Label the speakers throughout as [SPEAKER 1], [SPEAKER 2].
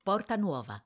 [SPEAKER 1] Porta Nuova.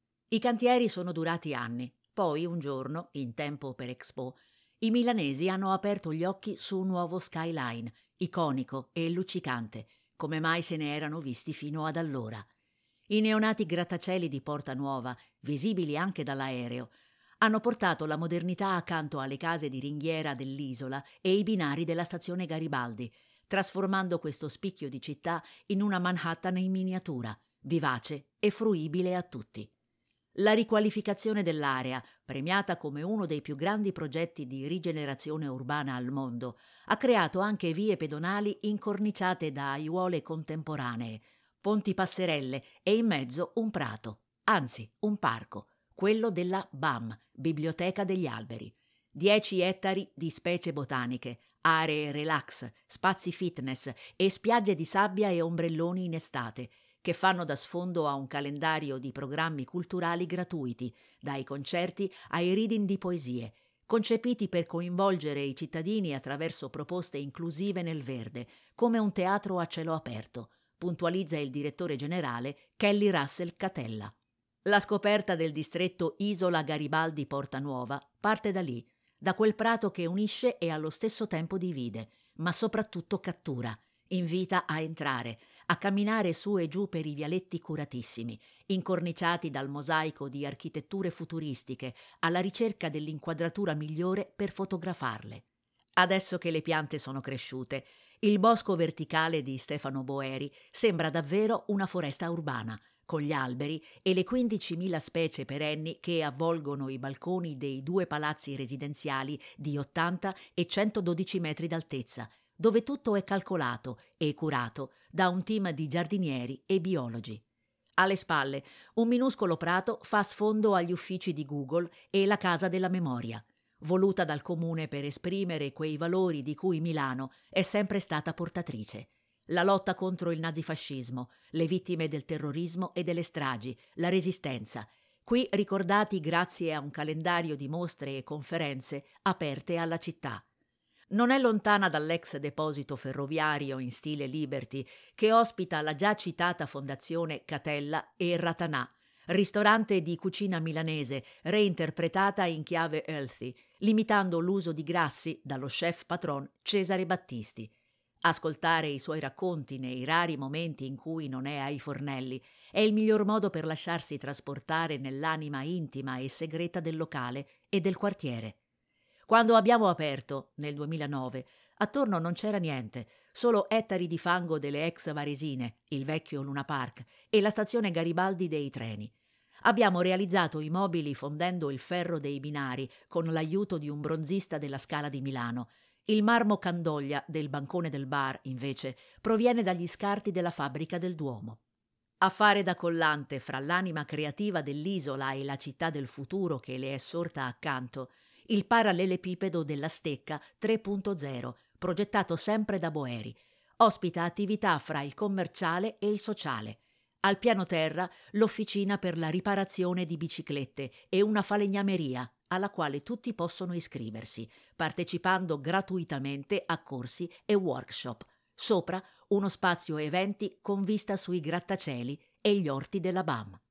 [SPEAKER 1] I cantieri sono durati anni, poi un giorno, in tempo per Expo, i milanesi hanno aperto gli occhi su un nuovo skyline, iconico e luccicante, come mai se ne erano visti fino ad allora. I neonati grattacieli di Porta Nuova, visibili anche dall'aereo, hanno portato la modernità accanto alle case di ringhiera dell'isola e i binari della stazione Garibaldi, trasformando questo spicchio di città in una Manhattan in miniatura, vivace e fruibile a tutti. La riqualificazione dell'area, premiata come uno dei più grandi progetti di rigenerazione urbana al mondo, ha creato anche vie pedonali incorniciate da aiuole contemporanee, ponti passerelle e in mezzo un prato, anzi un parco, quello della BAM, Biblioteca degli Alberi. 10 ettari di specie botaniche, aree relax, spazi fitness e spiagge di sabbia e ombrelloni in estate, che fanno da sfondo a un calendario di programmi culturali gratuiti, dai concerti ai reading di poesie, concepiti per coinvolgere i cittadini attraverso proposte inclusive nel verde, come un teatro a cielo aperto, puntualizza il direttore generale Kelly Russell Catella. La scoperta del distretto Isola Garibaldi Porta Nuova parte da lì, da quel prato che unisce e allo stesso tempo divide, ma soprattutto cattura, invita a entrare, a camminare su e giù per i vialetti curatissimi, incorniciati dal mosaico di architetture futuristiche, alla ricerca dell'inquadratura migliore per fotografarle. Adesso che le piante sono cresciute, il bosco verticale di Stefano Boeri sembra davvero una foresta urbana, con gli alberi e le 15.000 specie perenni che avvolgono i balconi dei 2 palazzi residenziali di 80 e 112 metri d'altezza, dove tutto è calcolato e curato da un team di giardinieri e biologi. Alle spalle, un minuscolo prato fa sfondo agli uffici di Google e la Casa della Memoria, voluta dal comune per esprimere quei valori di cui Milano è sempre stata portatrice. La lotta contro il nazifascismo, le vittime del terrorismo e delle stragi, la resistenza, qui ricordati grazie a un calendario di mostre e conferenze aperte alla città. Non è lontana dall'ex deposito ferroviario in stile Liberty, che ospita la già citata fondazione Catella e Ratanà, ristorante di cucina milanese reinterpretata in chiave healthy, limitando l'uso di grassi dallo chef patron Cesare Battisti. Ascoltare i suoi racconti nei rari momenti in cui non è ai fornelli è il miglior modo per lasciarsi trasportare nell'anima intima e segreta del locale e del quartiere. Quando abbiamo aperto, nel 2009, attorno non c'era niente, solo ettari di fango delle ex Varesine, il vecchio Luna Park e la stazione Garibaldi dei treni. Abbiamo realizzato i mobili fondendo il ferro dei binari con l'aiuto di un bronzista della Scala di Milano. Il marmo Candoglia del bancone del bar, invece, proviene dagli scarti della fabbrica del Duomo. A fare da collante fra l'anima creativa dell'isola e la città del futuro che le è sorta accanto, il parallelepipedo della Stecca 3.0, progettato sempre da Boeri, ospita attività fra il commerciale e il sociale. Al piano terra l'officina per la riparazione di biciclette e una falegnameria alla quale tutti possono iscriversi, partecipando gratuitamente a corsi e workshop. Sopra uno spazio eventi con vista sui grattacieli e gli orti della BAM.